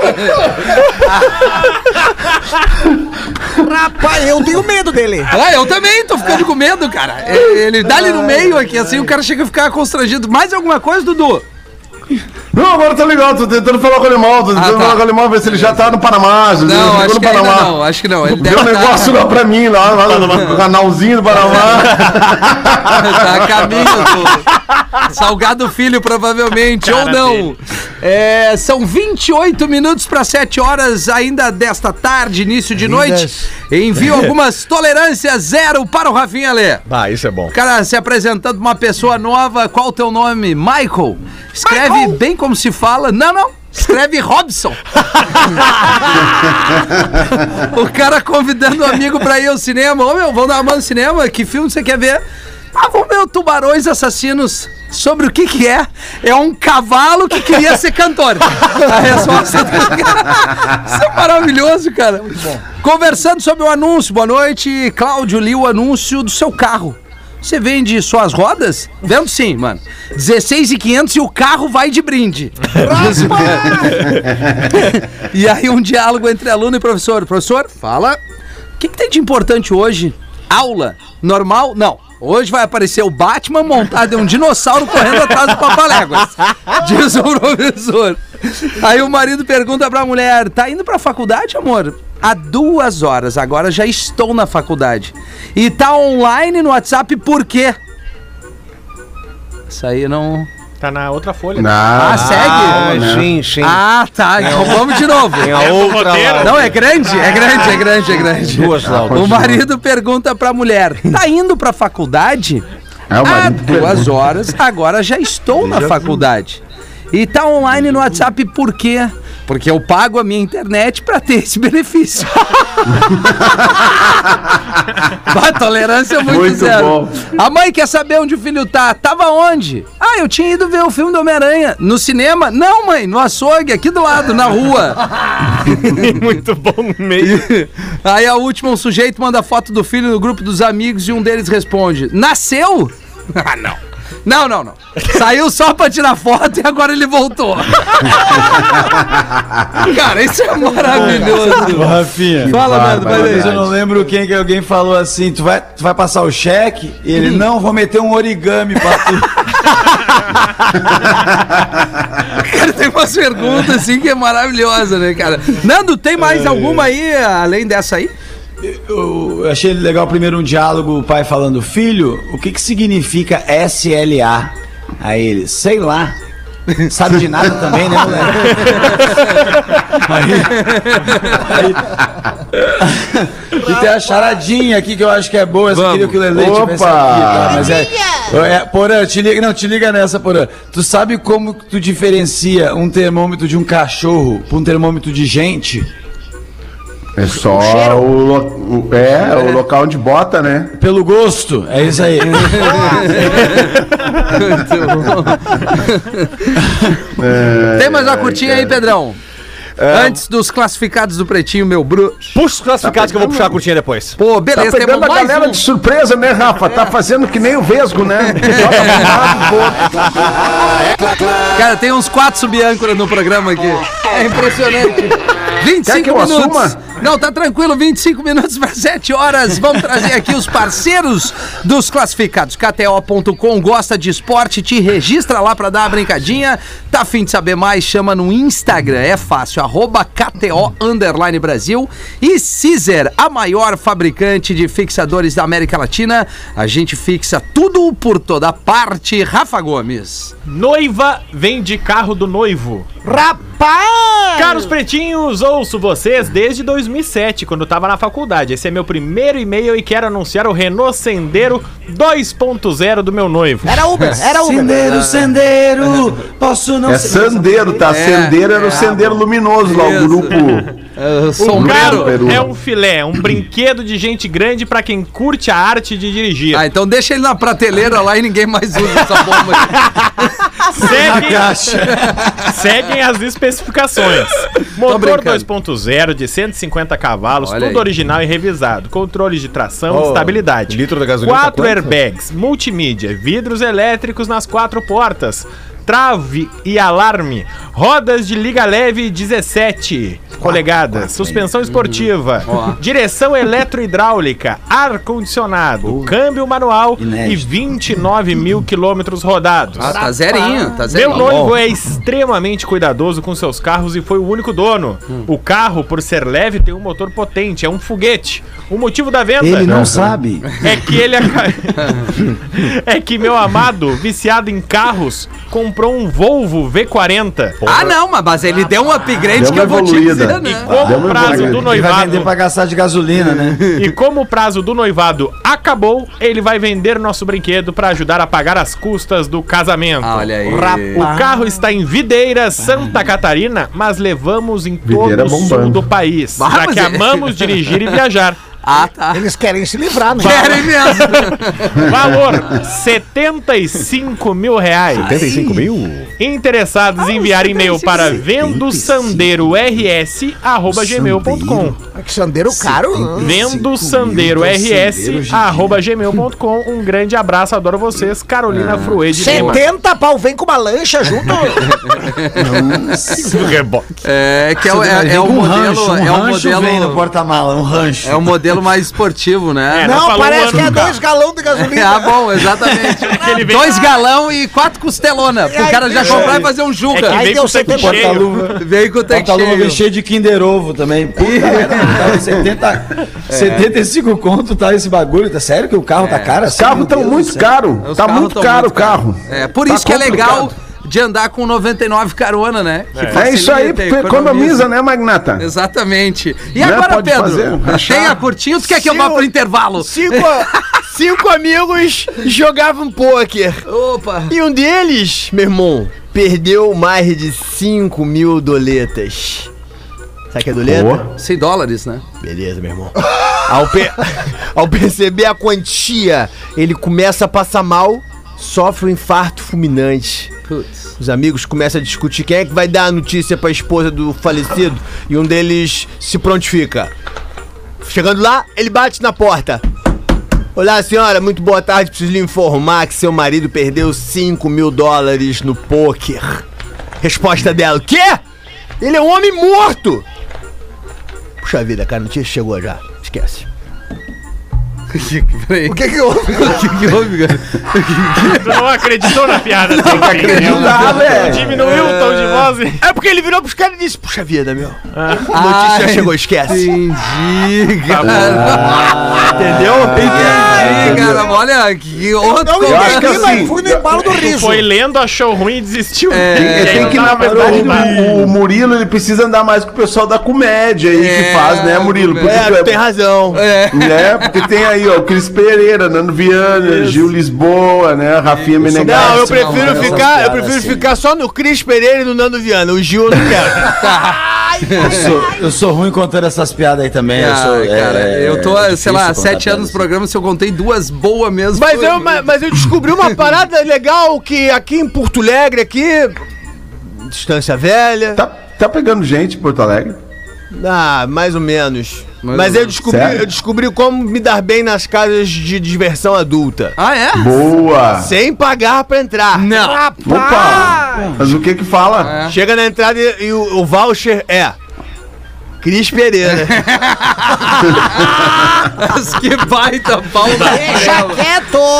Rapaz, eu tenho medo dele. Ah, eu também tô ficando com medo, cara. Ele dá ali no meio aqui, assim, o cara chega a ficar constrangido. Mais alguma coisa, Dudu? Não, agora tá legal, tô tentando falar com o alemão, tô tentando Ah, tá. falar com o alemão, ver se ele já tá no Panamá, já Não, chegou acho no que ainda Panamá. não, acho que não. Ele Deu deve um negócio lá pra mim, lá, lá no canalzinho do Panamá. Tá a caminho do Salgado Filho, provavelmente, Cara ou não. dele. É, são vinte e oito minutos para sete horas ainda desta tarde, início de noite. Envio algumas tolerâncias zero para o Rafinha Lê. Ah, isso é bom. Cara, se apresentando uma pessoa nova, qual o teu nome? Michael. Escreve Michael. bem como se fala. Não, não. Escreve Robson. O cara convidando o amigo pra ir ao cinema. Ô, meu, vamos dar uma mão no cinema? Que filme você quer ver? Ah, vamos ver o Tubarões Assassinos. Sobre o que que é? É um cavalo que queria ser cantor. A resposta do cara. Isso é maravilhoso, cara. Conversando sobre o anúncio. Boa noite, Cláudio. Li o anúncio do seu carro. Você vende suas rodas? Vendo sim, mano. dezesseis mil e quinhentos e o carro vai de brinde. E aí um diálogo entre aluno e professor. Professor, fala. O que, que tem de importante hoje? Aula? Normal? Não. Hoje vai aparecer o Batman montado em um dinossauro correndo atrás do Papaléguas. Diz o professor. Aí o marido pergunta pra mulher, tá indo pra faculdade, amor? Há duas horas, agora já estou na faculdade. E tá online no WhatsApp por quê? Isso aí não... Tá na outra folha. Ah, segue? Ah, sim, sim. Ah, tá. Então vamos de novo. Tem a outra lá. Não, é grande, é grande, é grande, é grande. Duas lá. O marido pergunta pra mulher, tá indo pra faculdade? É, o Há marido duas horas, agora já estou na faculdade. E tá online no WhatsApp por quê? Porque eu pago a minha internet pra ter esse benefício. A tolerância é muito, Muito zero. bom. A mãe quer saber onde o filho tá. Tava onde? Ah, eu tinha ido ver o filme do Homem-Aranha. No cinema? Não, mãe, no açougue, aqui do lado, na rua. Muito bom no meio. Aí a última, um sujeito manda foto do filho no grupo dos amigos e um deles responde: nasceu? Ah, não. Não, não, não. Saiu só pra tirar foto e agora ele voltou. Cara, isso é maravilhoso. Ô, Rafinha, Fala, mano, vai mas eu daí. não lembro quem que alguém falou assim, tu vai, tu vai passar o cheque? E ele, não, vou meter um origami pra tu. Cara, tem umas perguntas assim que é maravilhosa, né, cara? Nando, tem mais alguma aí, além dessa aí? Eu achei legal primeiro um diálogo, o pai falando, filho, o que que significa S L A? Aí ele, sei lá. Sabe de nada também, né, moleque? Aí, aí, e tem a charadinha aqui que eu acho que é boa, essa queria que o Lele tivesse Opa! aqui, tá? Mas é, é, Porã, te liga, não, te liga nessa, Porã. Tu sabe como que tu diferencia um termômetro de um cachorro pra um termômetro de gente? É só o, lo- o- é, o local onde bota, né? Pelo gosto, é isso aí. Tem mais uma curtinha aí, Pedrão? Antes dos classificados do Pretinho, meu bruxo. Puxa os classificados que eu vou puxar a curtinha depois. Pô, Tá beleza, pegando temos a mais galera um. de surpresa, né, Rafa? Tá fazendo que nem o Vesgo, né? Joga pro lado, pro outro. Cara, tem uns quatro sub-âncoras no programa aqui. É impressionante. vinte e Quer que cinco eu minutos. assuma? Não, tá tranquilo, vinte e cinco minutos para sete horas. Vamos trazer aqui os parceiros dos classificados. K T O ponto com, gosta de esporte, te registra lá pra dar uma brincadinha. Tá afim de saber mais? Chama no Instagram, é fácil, arroba K T O underline Brasil. E Cizer, a maior fabricante de fixadores da América Latina. A gente fixa tudo por toda parte. Rafa Gomes. Noiva vende carro do noivo. Rapaz! Caros pretinhos, ouço vocês desde dois mil e sete, quando eu tava na faculdade. Esse é meu primeiro e-mail e quero anunciar o Renault Sendero dois ponto zero do meu noivo. Era Uber, era Uber. Sendeiro, sendeiro, posso não É Sandeiro, tá? Sendeiro era o Sendeiro Luminoso lá, o grupo. Uh, O sombreiro. carro é um filé, um brinquedo de gente grande pra quem curte a arte de dirigir. Ah, então deixa ele na prateleira lá e ninguém mais usa essa bomba. Seguem, seguem as especificações. Motor brincando. dois ponto zero de cento e cinquenta cavalos, Olha tudo aí. original e revisado. Controles de tração e Oh, estabilidade. litro da gasolina tá Quatro quanto? airbags, multimídia, vidros elétricos nas quatro portas, trave e alarme, rodas de liga leve dezessete polegadas, suspensão esportiva, direção eletrohidráulica, ar-condicionado, câmbio manual Inédito. e vinte e nove mil quilômetros rodados. Ah, tá zerinho, tá Meu zerinho. noivo é extremamente cuidadoso com seus carros e foi o único dono. O carro, por ser leve, tem um motor potente, é um foguete. O motivo da venda Ele não sabe. é que ele aca- é que meu amado, viciado em carros, comprou um Volvo V quarenta. Ah, não, mas ele deu um upgrade Deu que uma eu vou te evoluída. dizer, E né? como Deu o uma prazo evoluída. do Ele vai vender noivado pra gastar de gasolina, né? e como o prazo do noivado acabou, ele vai vender nosso brinquedo para ajudar a pagar as custas do casamento. Ah, olha aí. O carro está em Videira, Santa Catarina, mas levamos em todo Videira o sul bombando. do país, Ah, já mas que é- amamos dirigir e viajar. Ah, tá. Eles querem se livrar, né? Querem mesmo. Valor, setenta e cinco mil reais. setenta e cinco mil? Interessados em enviar e-mail para vendosandeirors arroba gmail ponto com. Que sandeiro caro. vendosandeirors arroba gmail ponto com. Um grande abraço, adoro vocês. Carolina Fruê de Lima. setenta pau, vem com uma lancha junto. É que é, o- é, é o um modelo. rancho, um é o rancho vem no modelo. porta-mala, um rancho. É o modelo mais esportivo, né? É, Não, falou o parece ano que é do carro. dois galões de gasolina. Ah, bom, exatamente. ele vem- Dois galão e quatro costelona. Pro Ai, cara já que comprar show. e fazer um É juga. que Aí vem deu com o tanque setenta cheio. Porta-luva. Veio com o tanque Porta-luva vem cheio. cheio de Kinder Ovo também. Puta merda, tá setenta, setenta e cinco conto tá esse bagulho. Tá sério que o carro tá caro Os assim? carros Meu estão Deus muito do céu. caros. Os Tá carros muito tão caro o muito carro. É, por Tá isso que é legal complicado. de andar com noventa e nove carona, né? Que É isso aí, facilita, porque economiza, né, Magnata? Exatamente. E Né, agora, pode Pedro? fazer, rachar. Tem a curtinha? Tu quer que eu vá pro intervalo? Cinco, cinco amigos jogavam pôquer. Opa! E um deles, meu irmão, perdeu mais de cinco mil doletas. Sabe o que é doleta? Boa. cem dólares, né? Beleza, meu irmão. Ao, pe- Ao perceber a quantia, ele começa a passar mal, sofre um infarto fulminante. Putz. Os amigos começam a discutir quem é que vai dar a notícia pra esposa do falecido e um deles se prontifica. Chegando lá, ele bate na porta. Olá, senhora, muito boa tarde. Preciso lhe informar que seu marido perdeu cinco mil dólares no pôquer. Resposta dela: o quê? Ele é um homem morto! Puxa vida, cara, a notícia chegou já. Esquece. Peraí. O que que houve? O que que houve, cara? Tu não acreditou na piada. Tem que acreditar, velho. Diminuiu o tom de voz. É porque ele virou pros caras e disse: puxa vida, meu. A notícia Ah, chegou, esquece. Entendi, cara. Entendeu? Entendi, cara. Olha, que outro. Não acho que entendi, mas assim, fui no embalo do Tu riso. foi lendo, achou ruim e desistiu. É, E É, aí tem não que, dava na mais verdade, pra voltar. o, o Murilo ele precisa andar mais com o pessoal da comédia aí É, que faz, né, Murilo? Porque É, tu tu tem razão. É. né? Porque tem aí, ó, o Cris Pereira, Nando Viana, Gil Lisboa, né? Rafinha Menegas. Não, eu Não, prefiro essas ficar, eu piadas prefiro assim. ficar só no Cris Pereira e no Nando Viana. O Gil eu não quero. Eu sou, eu sou ruim contando essas piadas aí também. eu Ah, sou, é, cara, é, eu tô, é sei lá, difícil contar sete anos no piadas programa, se eu contei duas boas mesmo. Mas foi- eu, mas, mas eu descobri uma parada legal que aqui em Porto Alegre, aqui, Distância Velha. Tá, tá pegando gente em Porto Alegre? Ah, mais ou menos. Mais Mas ou eu menos. descobri, Sério? eu descobri como me dar bem nas casas de diversão adulta. Ah, é? Boa! Sem pagar pra entrar. Não. Opa! Mas o que que fala? Chega na entrada e, e o, o voucher é Cris Pereira. Mas que baita pau da Deixa quieto!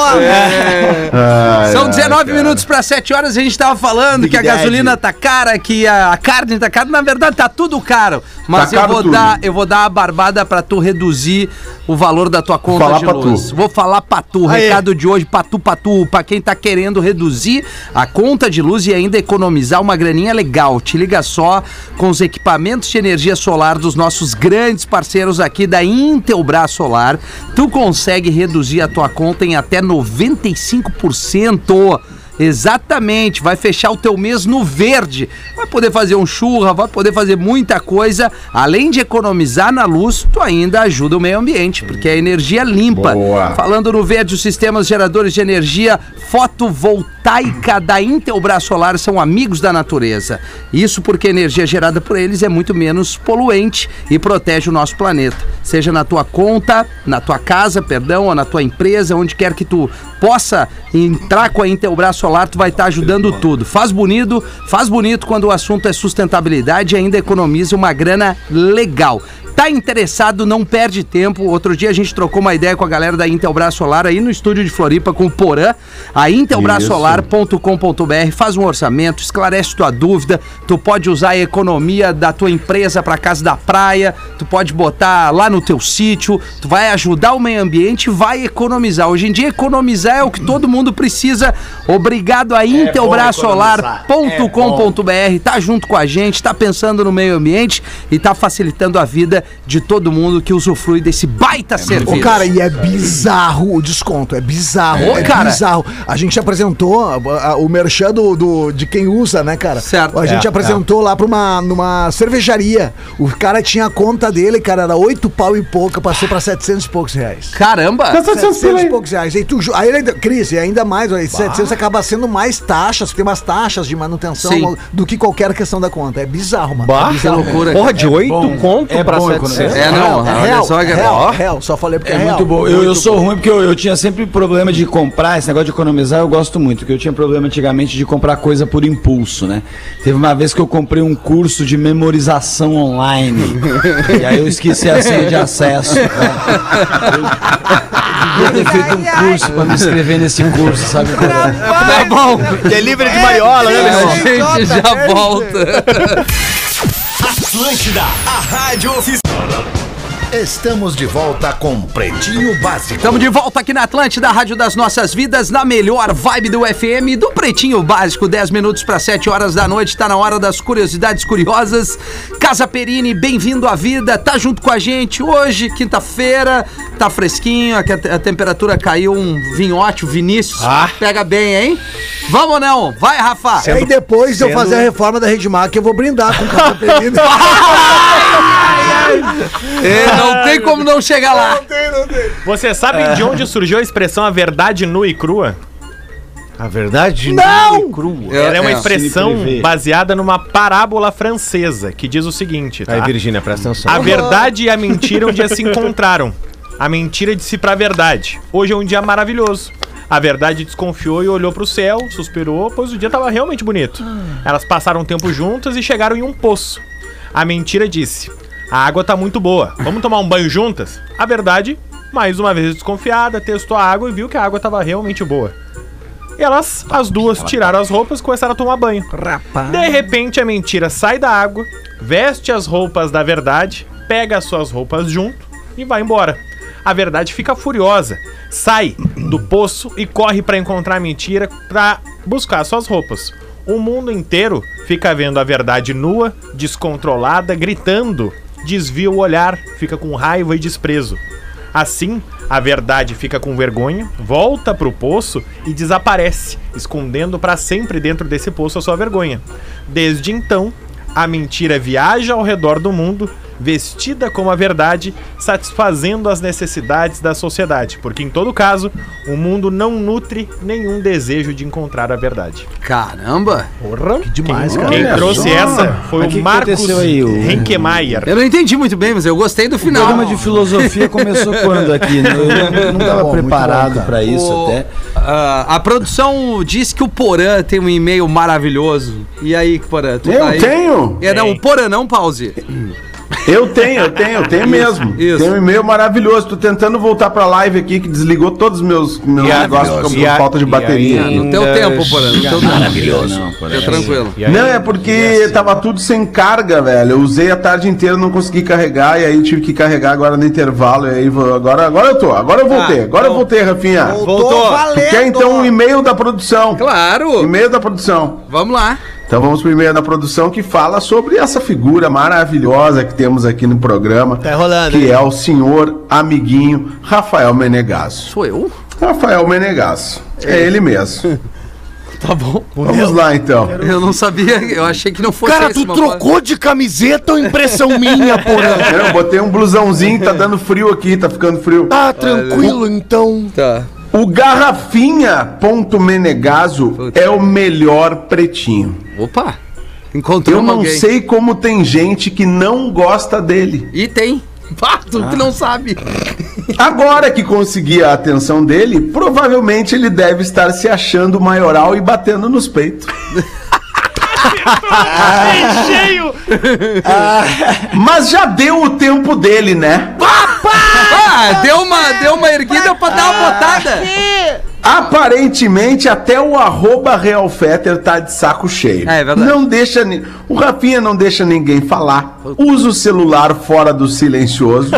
É. Ai, São ai, dezenove cara. minutos para sete horas, a gente tava falando que a gasolina tá cara, que a, a carne tá cara. Na verdade, tá tudo caro. Mas Tá eu, caro vou tudo. dar, eu vou dar a barbada pra tu reduzir o valor da tua conta falar de pra luz. tu. Vou falar pra tu. Recado de hoje pra tu, pra tu, pra quem tá querendo reduzir a conta de luz e ainda economizar uma graninha legal. Te liga só com os equipamentos de energia solar dos nossos grandes parceiros aqui da Intelbras Solar. Tu consegue reduzir a tua conta em até noventa e cinco por cento. Exatamente, vai fechar o teu mês no verde. Vai poder fazer um churra, vai poder fazer muita coisa. Além de economizar na luz, tu ainda ajuda o meio ambiente, porque é energia limpa. Boa. Falando no verde, os sistemas geradores de energia fotovoltaica da Intelbras Solar são amigos da natureza. Isso porque a energia gerada por eles é muito menos poluente e protege o nosso planeta. Seja na tua conta, na tua casa, perdão, ou na tua empresa, onde quer que tu possa entrar com a Intelbras Solar, tu vai estar ajudando tudo. Faz bonito, faz bonito quando o assunto é sustentabilidade e ainda economiza uma grana legal. Tá interessado, não perde tempo. Outro dia a gente trocou uma ideia com a galera da Intelbras Solar aí no estúdio de Floripa com o Porã. A intelbras solar ponto com ponto b r faz um orçamento, esclarece tua dúvida. Tu pode usar a economia da tua empresa para casa da praia, tu pode botar lá no teu sítio, tu vai ajudar o meio ambiente, vai economizar. Hoje em dia economizar é o que todo mundo precisa. Obrigado a intelbras solar ponto com ponto b r. Tá junto com a gente, tá pensando no meio ambiente e tá facilitando a vida de todo mundo que usufrui desse baita serviço. Ô, cara, e é bizarro o desconto, é bizarro, Ô, é cara. bizarro. A gente apresentou a- a- o merchan do, do- de quem usa, né, cara? Certo. A gente É, apresentou lá pra uma, numa cervejaria. O cara tinha a conta dele, cara, era oito pau e pouco, passou pra setecentos e poucos reais. Caramba! setecentos e poucos reais. Aí, tu, ju- aí ele ainda, Cris, e ainda mais, aí, setecentos acaba sendo mais taxas, tem umas taxas de manutenção Sim. do que qualquer questão da conta. É bizarro, mano. Bah, é bizarro. loucura. Porra, de oito bom, conto é pra bom setecentos. É, não, É olha real, só que é é real, ó. é real, só falei porque é, É real. muito bom. Eu, eu sou ruim porque eu, eu tinha sempre problema de comprar, esse negócio de economizar eu gosto muito, porque eu tinha problema antigamente de comprar coisa por impulso, né? Teve uma vez que eu comprei um curso de memorização online, e aí eu esqueci a senha de acesso. Eu devia ter feito um curso pra me inscrever nesse curso, sabe? Tá bom. Delivery de Mariola, né, meu irmão? A gente já volta. Atlântida, a rádio oficial. Estamos de volta com Pretinho Básico. Estamos de volta aqui na Atlântida, a Rádio das Nossas Vidas, na melhor vibe do F M, do Pretinho Básico, dez minutos para sete horas da noite, tá na hora das curiosidades curiosas. Casa Perini, bem-vindo à vida, tá junto com a gente hoje, quinta-feira, tá fresquinho, a, a temperatura caiu, um vinhote, o Vinícius, pega bem, hein? Vamos ou não? Vai, Rafa! Aí depois de eu fazer a reforma da Redmar, que eu vou brindar com o café Perini. É, não tem como não chegar lá. Vocês sabem de onde surgiu a expressão a verdade nua e crua? A verdade Não! crua. Ela é uma é. expressão Cine Privé. baseada numa parábola francesa que diz o seguinte, tá? Aí, Virgínia, presta atenção. A verdade e a mentira um dia se encontraram. A mentira disse pra verdade: hoje é um dia maravilhoso. A verdade desconfiou e olhou pro céu, suspirou, pois o dia tava realmente bonito. Elas passaram um tempo juntas e chegaram em um poço. A mentira disse: a água tá muito boa, vamos tomar um banho juntas? A verdade, mais uma vez desconfiada, testou a água e viu que a água tava realmente boa. E elas, as duas, tiraram as roupas e começaram a tomar banho. De repente, a mentira sai da água, veste as roupas da verdade, pega as suas roupas junto e vai embora. A verdade fica furiosa, sai do poço e corre pra encontrar a mentira pra buscar suas roupas. O mundo inteiro fica vendo a verdade nua, descontrolada, gritando, desvia o olhar, fica com raiva e desprezo. Assim, a verdade fica com vergonha, volta pro poço e desaparece, escondendo pra sempre dentro desse poço a sua vergonha. Desde então, a mentira viaja ao redor do mundo, vestida como a verdade, satisfazendo as necessidades da sociedade, porque em todo caso, o mundo não nutre nenhum desejo de encontrar a verdade. Caramba! Porra! Que demais, cara. Quem Olha trouxe só. essa foi Mas o que que Marcos aconteceu aí, o- Henkemeyer. Eu não entendi muito bem, mas eu gostei do O final. programa de filosofia começou quando aqui? Eu não estava bom, muito preparado bom, cara. para isso O- até. Ah, a produção disse que o Porã tem um e-mail maravilhoso. E aí, Porã? Tu Eu tá aí? tenho? É, não, o Porã não, pause. Eu tenho, eu tenho, eu tenho mesmo. Isso. Tem um e-mail maravilhoso. Tô tentando voltar pra live aqui, que desligou todos os meus, meus negócios por E a- falta de e bateria. aí- No teu tempo, porra. No teu tempo. Maravilhoso. Fica tranquilo. E aí- Não, é porque tava tudo sem carga, velho. Eu usei a tarde inteira, não consegui carregar, e aí tive que carregar agora no intervalo. E aí vou, agora, agora eu tô, agora eu voltei, agora eu voltei, Rafinha. Voltou valendo. Tu quer então o e-mail da produção? Claro. E-mail da produção. Vamos lá. Então vamos pro e-mail da produção que fala sobre essa figura maravilhosa que temos aqui no programa. Tá rolando, Que hein? é o senhor amiguinho Rafael Menegasso. Sou eu? Rafael Menegasso. É ele mesmo. Tá bom. Vamos lá então. Eu não sabia, eu achei que não fosse Cara, esse, tu mas- trocou de camiseta ou impressão minha, porra? Eu botei um blusãozinho, tá dando frio aqui, tá ficando frio. Ah, tranquilo, então. Tá. O Garrafinha.menegaso é o melhor pretinho. Opa. Encontrou Eu não alguém. sei como tem gente que não gosta dele. E tem. Pá, tu que não sabe. Agora que consegui a atenção dele, provavelmente ele deve estar se achando maioral e batendo nos peitos. cheio! Mas já deu o tempo dele, né? Ah, deu uma, deu uma erguida pra dar uma botada. Aparentemente, até o arroba Realfetter tá de saco cheio. É, é verdade. Não deixa, ni- o Rafinha não deixa ninguém falar. Usa o celular fora do silencioso.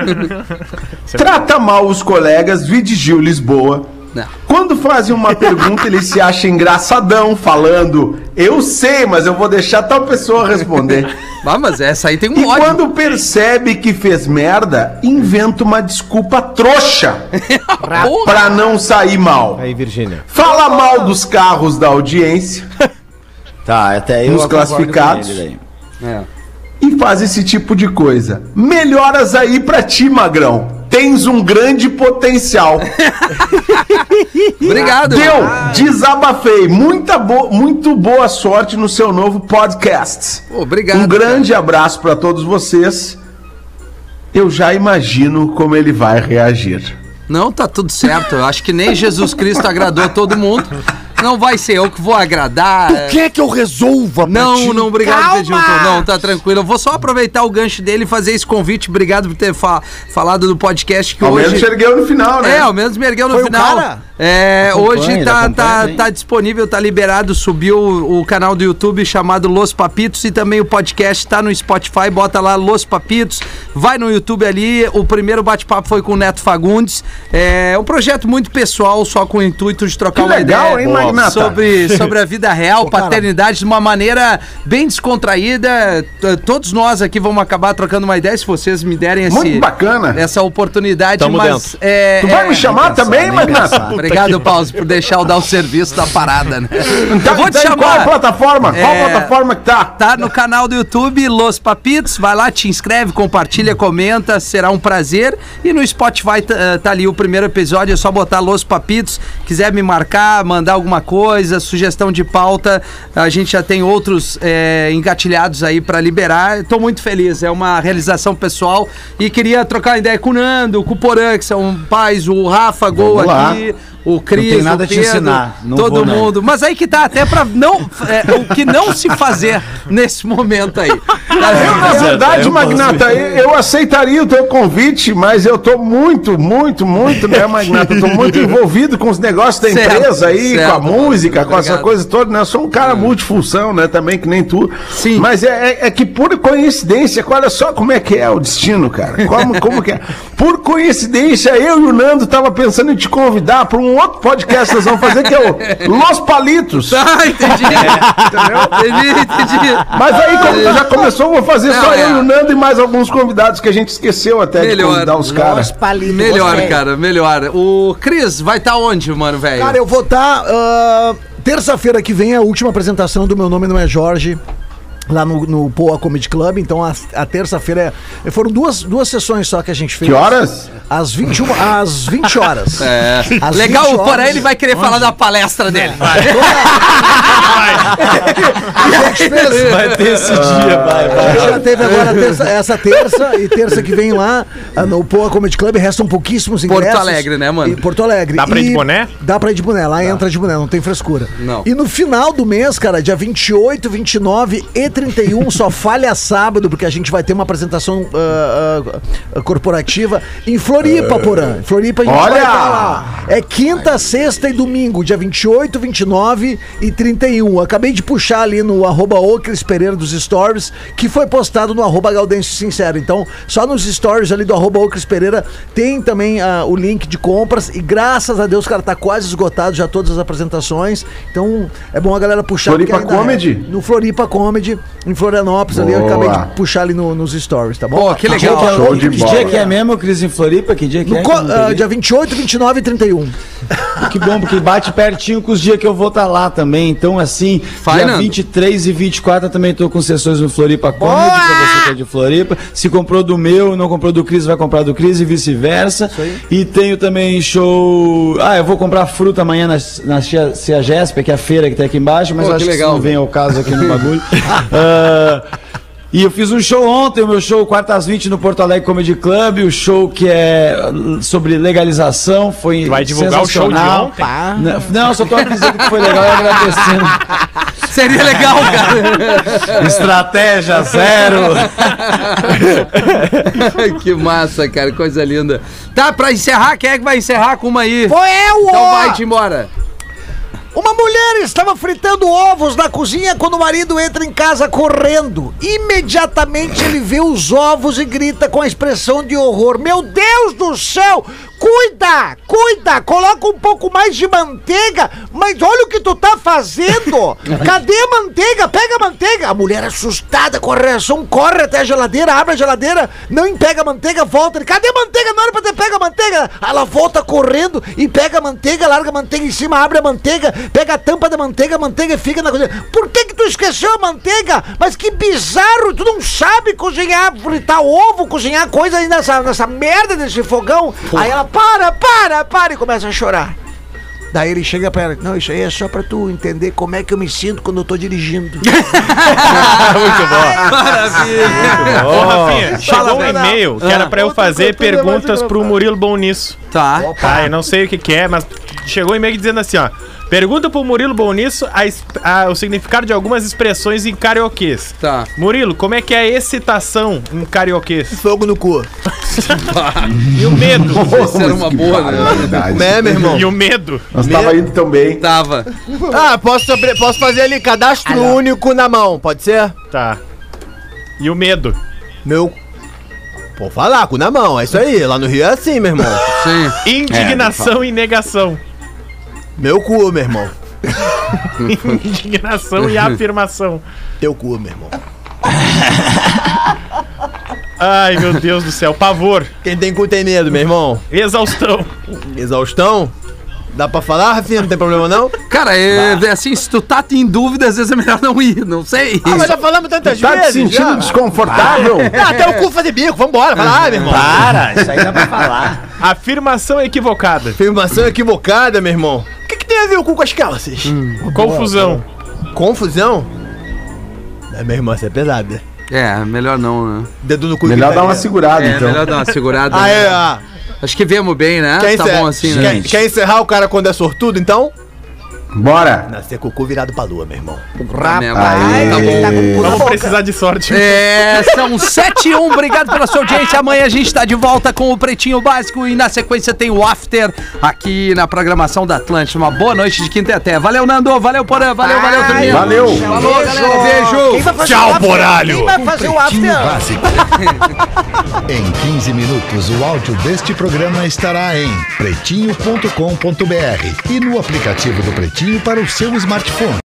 Trata mal os colegas, vide Gil Lisboa. Não. Quando fazem uma pergunta, ele se acha engraçadão, falando: eu sei, mas eu vou deixar tal pessoa responder. Ah, mas essa aí tem um E ódio. quando percebe que fez merda, inventa uma desculpa trouxa Porra. pra não sair mal. Aí, Virgínia. Fala mal dos carros da audiência Tá, até eu Nos concordo classificados. com ele daí. É. e faz esse tipo de coisa. Melhoras aí pra ti, Magrão. Tens um grande potencial. Obrigado. Deu, desabafei. Muita bo muito boa sorte no seu novo podcast. Obrigado. Um grande abraço pra todos vocês. Eu já imagino como ele vai reagir. Não, tá tudo certo. Eu acho que nem Jesus Cristo agradou todo mundo. Não vai ser eu que vou agradar. Tu quer que eu resolva pra Não, ti? não, obrigado, Calma! Edilton. Não, tá tranquilo. Eu vou só aproveitar o gancho dele e fazer esse convite. Obrigado por ter fa falado do podcast que Ao hoje... menos te ergueu no final, né? É, ao menos me ergueu no Foi o final. cara? É, Acompanha, hoje ele tá, acompanha tá, bem. tá disponível, tá liberado. Subiu o, o canal do YouTube chamado Los Papitos e também o podcast tá no Spotify. Bota lá Los Papitos. Vai no YouTube ali. O primeiro bate-papo foi com o Neto Fagundes. É um projeto muito pessoal, só com o intuito de trocar Que uma legal, ideia hein, Magnata? sobre, sobre a vida real, paternidade, de uma maneira bem descontraída. T- Todos nós aqui vamos acabar trocando uma ideia, se vocês me derem esse, Muito bacana. essa oportunidade. Tamo mas, dentro. é, Tu vai é- me chamar também, Magnata? Obrigado, Paulo, por deixar eu dar o serviço da parada, né? Então, Eu vou te então, qual chamar. plataforma? Qual É, plataforma que tá? Tá no canal do YouTube Los Papitos, vai lá, te inscreve, compartilha, comenta, será um prazer. E no Spotify tá, eh, tá ali o primeiro episódio, é só botar Los Papitos. Quiser me marcar, mandar alguma coisa, sugestão de pauta, a gente já tem outros eh, engatilhados aí pra liberar. Tô muito feliz, é uma realização pessoal e queria trocar uma ideia com o Nando, com o Porã, que são pais, o Rafa Gol Vamos lá. aqui. O Cris, tenho nada o a te Pedro, ensinar, não todo vou, não. mundo. Mas aí que tá, até pra não. É, o que não se fazer nesse momento aí. Eu, na verdade, Magnata, eu, eu aceitaria o teu convite, mas eu tô muito, muito, muito, né, Magnata? Eu tô muito envolvido com os negócios da Certo, empresa aí, certo. com a música, com essa Obrigado. coisa toda, né? Eu sou um cara multifunção, né? Também que nem tu. Sim. Mas é, é, é que por coincidência, olha só como é que é o destino, cara. Como, como que é? Por coincidência, eu e o Nando tava pensando em te convidar para um outro podcast que nós vamos fazer, que é o Los Palitos. Ah, entendi. Entendi, entendi. Mas aí, como já começou, vou fazer Não, só é. eu e o Nando e mais alguns convidados que a gente esqueceu até Melhor. de convidar os caras. Palito, Melhor, gostei. cara, melhor. O Cris vai estar onde, mano, velho? Cara, eu vou estar. terça-feira que vem é a última apresentação do Meu Nome Não É Jorge. Lá no, no Poa Comedy Club, então a, a terça-feira é, foram duas, duas sessões só que a gente fez. Que horas? Às vinte e uma, às vinte horas. É. Às Legal, vinte porém horas. ele vai querer falar da palestra dele. A gente fez. Vai ter esse dia, vai, A vai. gente já teve agora terça- essa terça e terça que vem lá ah, no Poa Comedy Club, restam pouquíssimos Porto ingressos. Alegre, né, mano? E Porto Alegre. Dá pra ir E de boné? Dá pra ir de boné, lá entra de boné, não tem frescura. Não. E no final do mês, cara, dia vinte e oito, vinte e nove e trinta e um só falha sábado, porque a gente vai ter uma apresentação uh, uh, corporativa em Floripa, Porã. Em Floripa a gente Olha! vai estar lá. É quinta, sexta e domingo, dia vinte e oito, vinte e nove e trinta e um. Acabei de puxar ali no arroba Ocris Pereira dos Stories, que foi postado no arroba Gaudêncio Sincero. Então, só nos stories ali do arroba Ocris Pereira tem também uh, o link de compras e graças a Deus, cara, tá quase esgotado já todas as apresentações. Então, é bom a galera puxar. Floripa Comedy? É, no Floripa Comedy, em Florianópolis, ali, eu acabei de puxar ali no, nos stories, tá bom? Pô, que legal. Que, Show de que bola. dia que é mesmo, Cris, em Floripa? Que dia que No é? co- Que eu não uh, peguei? dia vinte e oito, vinte e nove e trinta e um. Que bom, porque bate pertinho com os dias que eu vou estar lá também. Então, assim, Vai, dia Nando. vinte e três e vinte e quatro eu também tô com sessões no Floripa Comedy, pra você que é de Floripa. Se comprou do meu, não comprou do Cris, vai comprar do Cris e vice-versa. E tenho também show... Ah, eu vou comprar fruta amanhã na, na Ciagesp, que é a feira que tem aqui embaixo, mas Pô, eu acho que que, legal, isso não vem velho. ao caso aqui no bagulho. Ah, e eu fiz um show ontem, o meu show quarta às vinte no Porto Alegre Comedy Club, o show que é sobre legalização, foi Vai divulgar o show de sensacional. ontem? Não, não, só tô dizendo que foi legal e agradecendo. Seria legal, cara. Estratégia zero. Que massa, cara. Coisa linda. Tá, pra encerrar, quem é que vai encerrar com uma aí? Foi eu, Então ó! vai-te embora. Uma mulher estava fritando ovos na cozinha quando o marido entra em casa correndo. Imediatamente ele vê os ovos e grita com a expressão de horror: meu Deus do céu! Cuida! Cuida! Coloca um pouco mais de manteiga! Mas olha o que tu tá fazendo! Cadê a manteiga? Pega a manteiga! A mulher assustada com a reação corre até a geladeira, abre a geladeira, não pega a manteiga, volta. Ele, cadê a manteiga? Não era pra ter pego a manteiga! Ela volta correndo e pega a manteiga, larga a manteiga em cima, abre a manteiga, pega a tampa da manteiga, a manteiga fica na cozinha. Por que que tu esqueceu a manteiga? Mas que bizarro! Tu não sabe cozinhar, fritar ovo, cozinhar coisa aí nessa, nessa merda desse fogão? Aí ela, para, para, para, e começa a chorar. Daí ele chega pra ela: não, isso aí é só pra tu entender como é que eu me sinto quando eu tô dirigindo. Muito bom. Maravilha. Ô, Rafinha, chegou Fala, um velho. e-mail que era pra eu fazer perguntas pro Murilo Bom Nisso. Tá. Tá, eu não sei o que que é, mas chegou um e-mail dizendo assim, ó: pergunta pro Murilo Bom Nisso a es- a- o significado de algumas expressões em carioquês. Tá. Murilo, como é que é excitação em carioquês? Fogo no cu. E o medo? Isso era uma boa, né? Como é, meu irmão? E o medo? Nós tava indo tão bem. Tava. Ah, posso, sobre- posso fazer ali cadastro único na mão, pode ser? Tá. E o medo? Meu... Pô, falar, cu na mão, é isso aí. Lá no Rio é assim, meu irmão. Sim. Indignação e negação. Meu cu, meu irmão. Indignação e afirmação. Teu cu, meu irmão. Ai, meu Deus do céu. Pavor. Quem tem cu tem medo, meu irmão. Exaustão. Exaustão? Dá pra falar, Rafinha? Não tem problema, não? Cara, é, é assim, se tu tá em dúvida, às vezes é melhor não ir, não sei. Ah, mas já falamos tantas Tá te vezes. sentindo já. desconfortável? Ah, até o cu fazer bico, vambora, vai lá, meu irmão. Para, isso aí dá pra falar. Afirmação equivocada. Afirmação equivocada, meu irmão. O que, que tem a ver o cu com as calças? Confusão. Confusão? É, meu irmão, isso é pesado, né? É, melhor não, né? Dedo no cu. Melhor que dar uma daria. segurada, É, então. melhor dar uma segurada. Ah, né? é, ah. Acho que vemos bem, né? Quer, Tá encer- bom assim, né? quer, quer encerrar o cara quando é sortudo, então? Bora. Nascer com o cu virado pra lua, meu irmão. Tá mesmo. Aê. Tá bom. Vamos precisar de sorte. É, são sete e um, obrigado pela sua audiência. Amanhã a gente tá de volta com o Pretinho Básico e na sequência tem o After aqui na programação da Atlântida. Uma boa noite de quinta e até. Valeu, Nando, valeu, Porã, valeu, valeu, turminha. Valeu. Falou, galera, beijo. Quem vai fazer Tchau, o after? poralho. Quem vai fazer o Pretinho after? Básico. Em quinze minutos, o áudio deste programa estará em pretinho ponto com ponto br e no aplicativo do Pretinho para o seu smartphone.